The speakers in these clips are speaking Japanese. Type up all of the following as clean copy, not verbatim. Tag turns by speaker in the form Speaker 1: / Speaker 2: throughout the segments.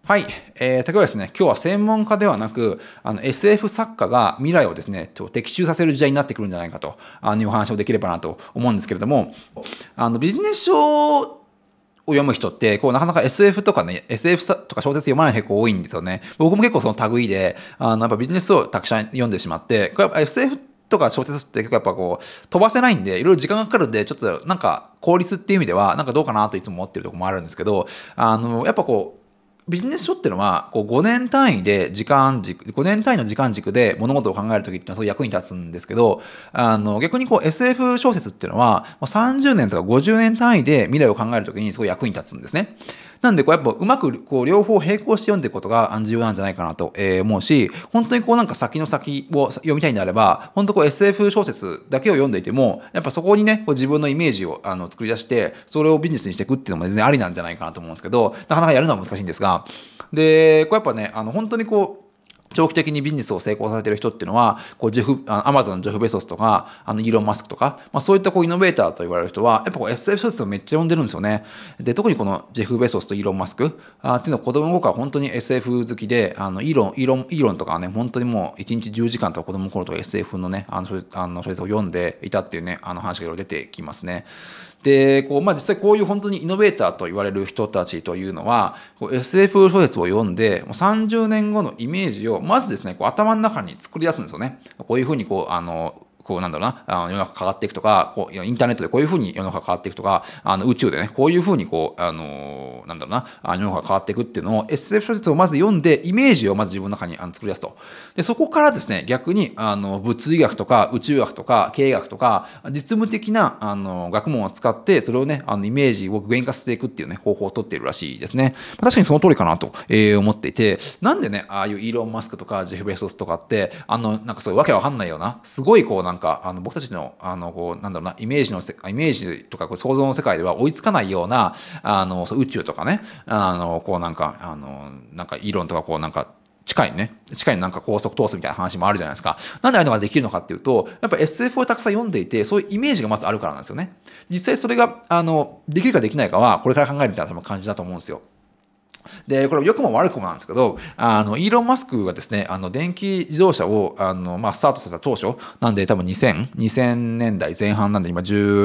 Speaker 1: はい。例えばですね、今日は専門家ではなく、SF 作家が未来をですね、的中させる時代になってくるんじゃないかと、いうお話をできればなと思うんですけれども、ビジネス書を読む人って、こう、なかなか SF とかね、SF とか小説読まない人結構多いんですよね。僕も結構その類で、やっぱビジネス書をたくさん読んでしまって、これやっぱ SF とか小説って結構やっぱこう、飛ばせないんで、いろいろ時間がかかるんで、ちょっとなんか効率っていう意味では、なんかどうかなといつも思ってるところもあるんですけど、やっぱこう、ビジネス書っていうのは、こう5年単位で時間軸、5年単位の時間軸で物事を考えるときっていうのはそういう役に立つんですけど、逆にこう SF 小説っていうのは、30年とか50年単位で未来を考えるときにすごい役に立つんですね。なんで、こうやっぱうまくこう両方並行して読んでいくことが重要なんじゃないかなと思うし、本当にこうなんか先の先を読みたいんであれば、本当こう SF 小説だけを読んでいても、やっぱそこにね、こう自分のイメージを作り出して、それをビジネスにしていくっていうのも全然ありなんじゃないかなと思うんですけど、なかなかやるのは難しいんですが、で、こうやっぱね、本当にこう、長期的にビジネスを成功させてる人っていうのは、こうアマゾンのジェフ・ベソスとか、イーロン・マスクとか、そういったこうイノベーターと言われる人は、やっぱこう SF 小説をめっちゃ読んでるんですよね。で、特にこのジェフ・ベソスとイーロン・マスクっていうのは子供の頃から本当に SF 好きで、イーロンとかはね、本当にもう1日10時間とか子供の頃とか SF のね、小説を読んでいたっていうね、話がいろいろ出てきますね。で、こう、実際こういう本当にイノベーターと言われる人たちというのは、SF 小説を読んで、30年後のイメージを、まずですね、こう頭の中に作り出すんですよね。こういうふうにこう、こうなんだろうな、世の中変わっていくとか、こうインターネットでこういうふうに世の中変わっていくとか、宇宙でね、こういうふうにこう、なんだろうな、世の中変わっていくっていうのを SF 小説をまず読んで、イメージをまず自分の中に作り出すと。で、そこからですね、逆に、物理学とか宇宙学とか経営学とか、実務的な、学問を使って、それをね、イメージを具現化していくっていうね、方法を取っているらしいですね。確かにその通りかなと、思っていて、なんでね、ああいうイーロン・マスクとかジェフ・ベソスとかって、なんかそういうわけわかんないような、すごいこうなんか、僕たちの、こう、なんだろうな、イメージとかこう想像の世界では追いつかないような、そう宇宙とかね、こうなんか、なんかイーロンとかこうなんか、地下になんか高速通すみたいな話もあるじゃないですか。なんでああいうのができるのかっていうと、やっぱ SF をたくさん読んでいて、そういうイメージがまずあるからなんですよね。実際それが、できるかできないかは、これから考えるみたいな感じだと思うんですよ。で、これ良くも悪くもなんですけど、イーロン・マスクがですね、電気自動車を、スタートさせた当初、なんで多分2000年代前半なんで今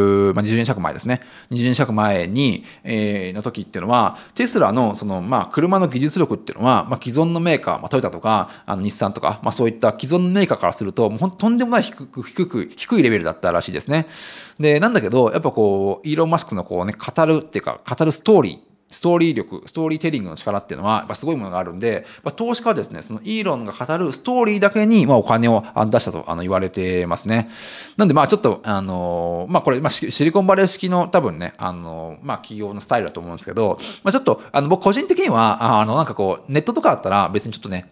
Speaker 1: 20年近く前ですね。20年近く前に、の時っていうのは、テスラの、車の技術力っていうのは、既存のメーカー、トヨタとか、日産とか、そういった既存のメーカーからすると、もうとんでもない低いレベルだったらしいですね。で、なんだけど、やっぱこう、イーロン・マスクのこうね、語るっていうか、語るストーリー力、ストーリーテリングの力っていうのは、やっぱすごいものがあるんで、投資家はですね、そのイーロンが語るストーリーだけに、お金を出したと言われてますね。なんで、ちょっと、これ、シリコンバレー式の多分ね、企業のスタイルだと思うんですけど、ちょっと、僕個人的には、なんかこう、ネットとかだったら別にちょっとね、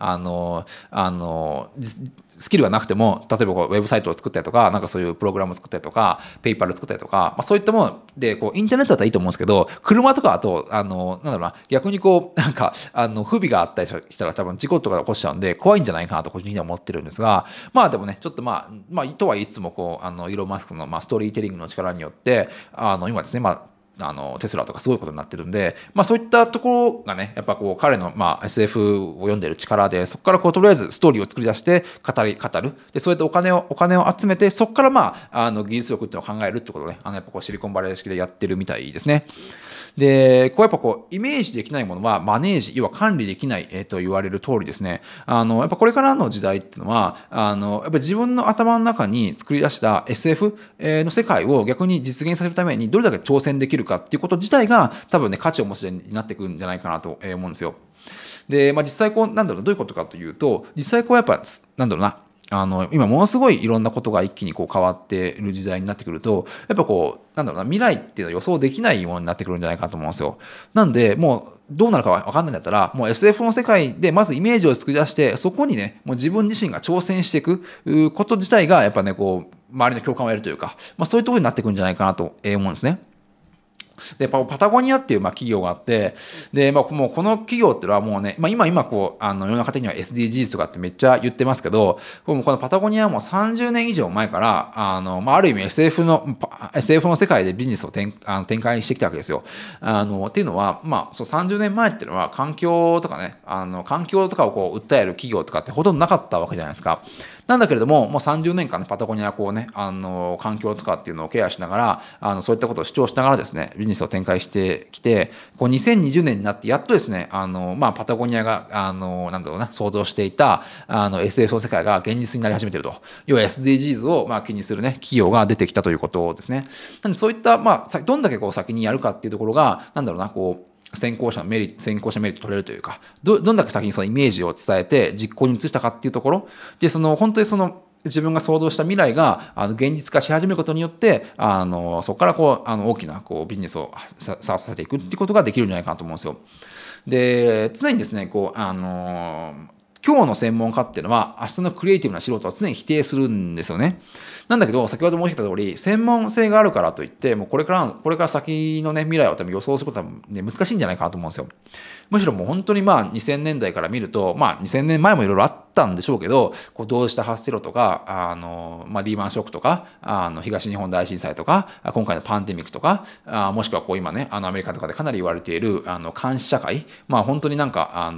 Speaker 1: スキルがなくても、例えばこうウェブサイトを作ったりとか、なんかそういうプログラムを作ったりとか、ペイパル作ったりとか、そういったもので、こう、インターネットだったらいいと思うんですけど、車とかだと、なんだろうな、逆にこう、なんか、不備があったりしたら多分事故とか起こしちゃうんで、怖いんじゃないかなと個人的には思ってるんですが、でもね、ちょっととは言いつつも、こう、イーロン・マスクの、ストーリーテリングの力によって、今ですね、テスラとかすごいことになってるんで、そういったところがね、やっぱこう彼のSF を読んでる力で、そこからこうとりあえずストーリーを作り出して語る。で、そうやってお金を集めて、そこから技術力っていうのを考えるってことをね、やっぱこうシリコンバレー式でやってるみたいですね。で、こうやっぱこう、イメージできないものはマネージ、要は管理できない、と言われる通りですね。やっぱこれからの時代っていうのは、やっぱり自分の頭の中に作り出した SF の世界を逆に実現させるためにどれだけ挑戦できるかっていうこと自体が多分ね、価値を持つ時代になってくるんじゃないかなと思うんですよ。で、実際こう、なんだろう、どういうことかというと、実際こうやっぱ、なんだろうな、今ものすごいいろんなことが一気にこう変わっている時代になってくると、やっぱこう、なんだろうな、未来っていうのは予想できないものになってくるんじゃないかと思うんですよ。なんで、もう、どうなるかわかんないんだったら、もう SF の世界でまずイメージを作り出して、そこにね、もう自分自身が挑戦していくこと自体が、やっぱね、こう、周りの共感を得るというか、そういうところになってくるんじゃないかなと思うんですね。 で、パタゴニアっていう企業があって、で、もうこの企業っていうのはもうね、今こう、世の中的には SDGs とかってめっちゃ言ってますけど、もうこのパタゴニアはもう30年以上前から、ある意味 SF の世界でビジネスを展開してきたわけですよ。っていうのは、そう30年前っていうのは環境とかね、環境とかをこう訴える企業とかってほとんどなかったわけじゃないですか。なんだけれども、もう30年間ね、パタゴニアはこうね、環境とかっていうのをケアしながら、そういったことを主張しながらですね、ビジネスを展開してきて、こう2020年になってやっとですね、パタゴニアが、なんだろうな、想像していた、SF の世界が現実になり始めていると。要は SDGs を、気にするね、企業が出てきたということですね。なんでそういった、どんだけこう先にやるかっていうところが、なんだろうな、こう、先行者メリット取れるというか、どんだけ先にそのイメージを伝えて実行に移したかっていうところで、本当に自分が想像した未来が現実化し始めることによってそこからこう大きなこうビジネスをさせていくっていうことができるんじゃないかなと思うんですよ。で、常にですねこう今日の専門家っていうのは明日のクリエイティブな素人は常に否定するんですよね。なんだけど先ほど申し上げた通り専門性があるからといってもうこれから先のね未来を多分予想することは、ね、難しいんじゃないかなと思うんですよ。むしろもう本当に2000年代から見ると2000年前もいろいろあったんでしょうけどこう同時多発テロとかリーマンショックとか東日本大震災とか今回のパンデミックとかもしくはこう今ねアメリカとかでかなり言われている監視社会本当になんか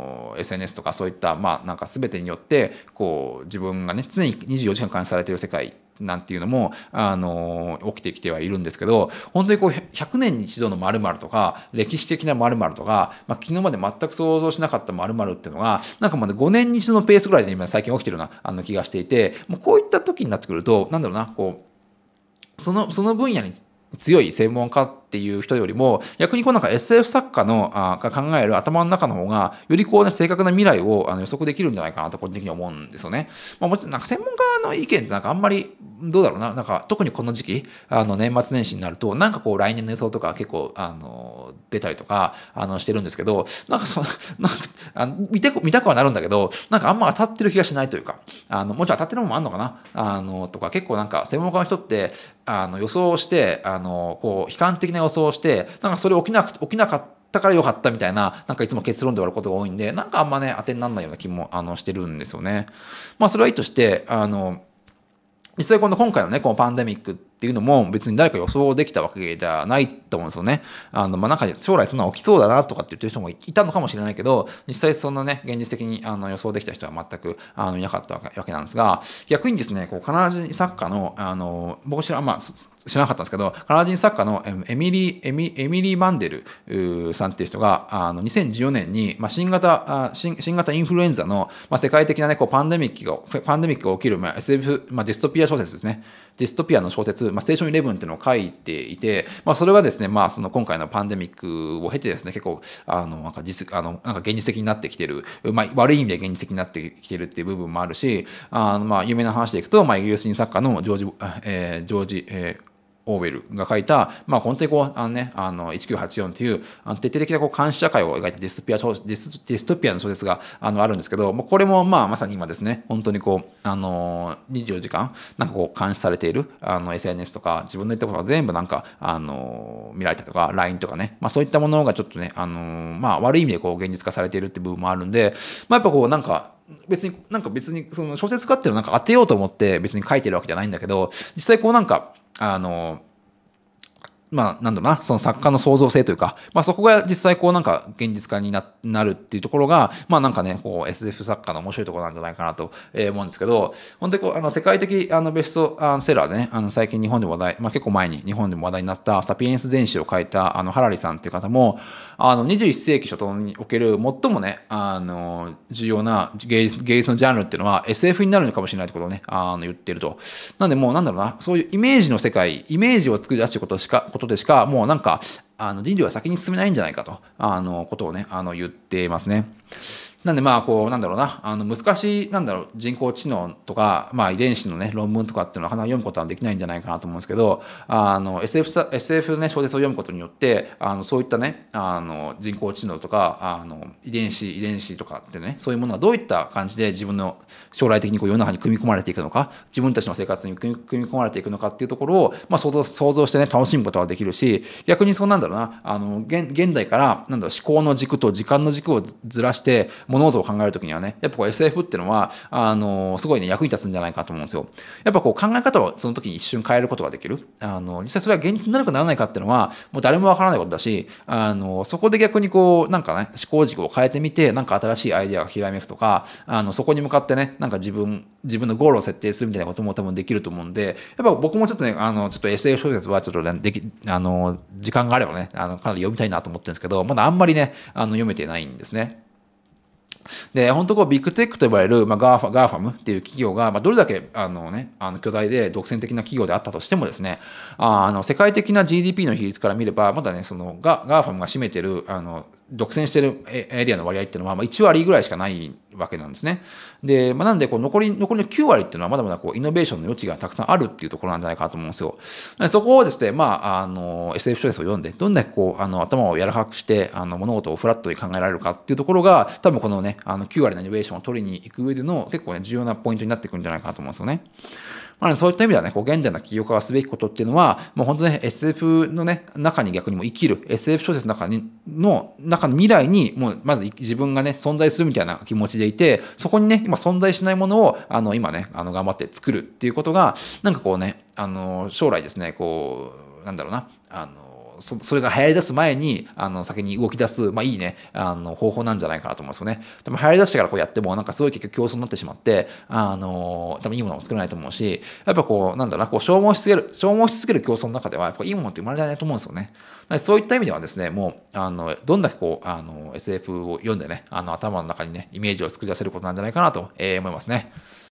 Speaker 1: SNS とかそういったなんか全てによってこう自分がね常に24時間監視されている世界なんていうのも起きてきてはいるんですけど本当にこう100年に一度の〇〇とか歴史的な〇〇とか、昨日まで全く想像しなかった〇〇っていうのがなんか5年に一度のペースぐらいで今最近起きてるような気がしていてもうこういった時になってくるとなんだろうなこうその分野に強い専門家っていう人よりも逆にこうなんか SF 作家のが考える頭の中の方がよりこうね正確な未来を予測できるんじゃないかなと個人的に思うんですよね。もちろんなんか専門家の意見ってなんかあんまりどうだろうな、なんか特にこの時期年末年始になるとなんかこう来年の予想とか結構出たりとかしてるんですけどなんか見たくはなるんだけどなんかあんま当たってる気がしないというかもちろん当たってるのもあるのかなとか結構なんか専門家の人って予想してこう悲観的な予想をしてなんかそれ起きなかったから良かったみたいななんかいつも結論で終わることが多いんでなんかあんまね当てにならないような気もしてるんですよね。それはいいとして実際今回のねこのパンデミックっていうのも別に誰か予想できたわけじゃないと思うんですよね。なんか将来そんな起きそうだなとかって言ってる人もいたのかもしれないけど実際そんなね現実的に予想できた人は全くいなかったわけなんですが逆にですねこうカナダ人作家の僕知らなかったんですけどカナダ人作家のエミリー・マンデルさんっていう人が2014年に新型インフルエンザの世界的なねこうパンデミックが起きるSF ディストピア小説ですね。ディストピアの小説、ステーション11っていうのを書いていて、それがですね、その今回のパンデミックを経てですね、結構、なんか現実的になってきてる、悪い意味で現実的になってきてるっていう部分もあるし、有名な話でいくと、イギリス人作家のジョージ、オーウェルが書いた、本当にこう、1984という徹底的なこう監視社会を描いたディストピアの小説があるんですけど、これもまさに今ですね、本当にこう、24時間、なんかこう監視されているSNS とか、自分の言ったことが全部なんか、見られたとか、LINE とかね、そういったものがちょっとね、悪い意味でこう現実化されているっていう部分もあるんで、やっぱこうなんか、別にその小説家っていうのをなんか当てようと思って別に書いてるわけじゃないんだけど、実際こうなんか、なんだろうな、その作家の創造性というか、そこが実際こうなんか現実化になるっていうところが、なんかね、こう SF 作家の面白いところなんじゃないかなと思うんですけど、本当にこう世界的ベストセラーでね、最近日本でも話題、結構前に日本でも話題になったサピエンス全史を書いたハラリさんっていう方も、21世紀初頭における最もね、重要な芸術のジャンルっていうのは SF になるのかもしれないってことをね、言ってると。なんでもうなんだろうな、そういうイメージの世界、イメージを作り出していることでしか、もうなんか、人類は先に進めないんじゃないかと、ことをね、言っていますね。 なんでまあこうなんだろうな難しい人工知能とか、まあ、遺伝子のね論文とかっていうのはなかなか読むことはできないんじゃないかなと思うんですけどSF のね小説を読むことによってそういったね人工知能とか遺伝子とかってねそういうものがどういった感じで自分の将来的にこう世の中に組み込まれていくのか自分たちの生活に組み込まれていくのかっていうところを、まあ、想像してね楽しむことができるし逆にそうなんだろうな現代から思考の軸と時間の軸をずらして物事を考えるときにはねやっぱこう SF っていうのはすごいね役に立つんじゃないかと思うんですよ。やっぱこう考え方をその時に一瞬変えることができる実際それは現実になるかならないかっていうのはもう誰もわからないことだしそこで逆にこうなんかね思考軸を変えてみてなんか新しいアイデアがひらめくとかそこに向かってねなんか自分のゴールを設定するみたいなことも多分できると思うんでやっぱ僕もちょっとねちょっと SF 小説はちょっとね時間があればねかなり読みたいなと思ってるんですけどまだあんまりね読めてないんですね。で、本当こうビッグテックと呼ばれる、まあ、ガーファムっていう企業が、まあ、どれだけ巨大で独占的な企業であったとしてもですね、世界的な GDP の比率から見れば、まだね、そのガーファムが占めてる、独占してるエリアの割合っていうのは、まあ、1割ぐらいしかないわけなんですね。で、まあ、なんでこう残りの9割っていうのはまだまだこうイノベーションの余地がたくさんあるっていうところなんじゃないかなと思うんですよ。でそこをですね、まあ、SF 小説を読んで、どんだけこう頭を柔らかくして物事をフラットに考えられるかっていうところが、多分このね、9割のイノベーションを取りに行く上での結構ね、重要なポイントになってくるんじゃないかなと思うんですよね。まあね、そういった意味ではね、こう現代の起業家がすべきことっていうのは、もう本当ね、SF のね、中に逆にも生きる、SF 小説の中の未来に、もうまず自分がね、存在するみたいな気持ちでいて、そこにね、今存在しないものを、今ね、頑張って作るっていうことが、なんかこうね、将来ですね、こう、なんだろうな、それが流行り出す前に先に動き出す、まあ、いいね方法なんじゃないかなと思うんですよね。でも流行り出してからこうやってもなんかすごい結局競争になってしまって多分いいものも作れないと思うしやっぱこうなんだろうなこう消耗し続ける競争の中ではやっぱいいものって生まれないと思うんですよね。そういった意味ではですねもうどんだけこうSF を読んでね頭の中にねイメージを作り出せることなんじゃないかなと思いますね。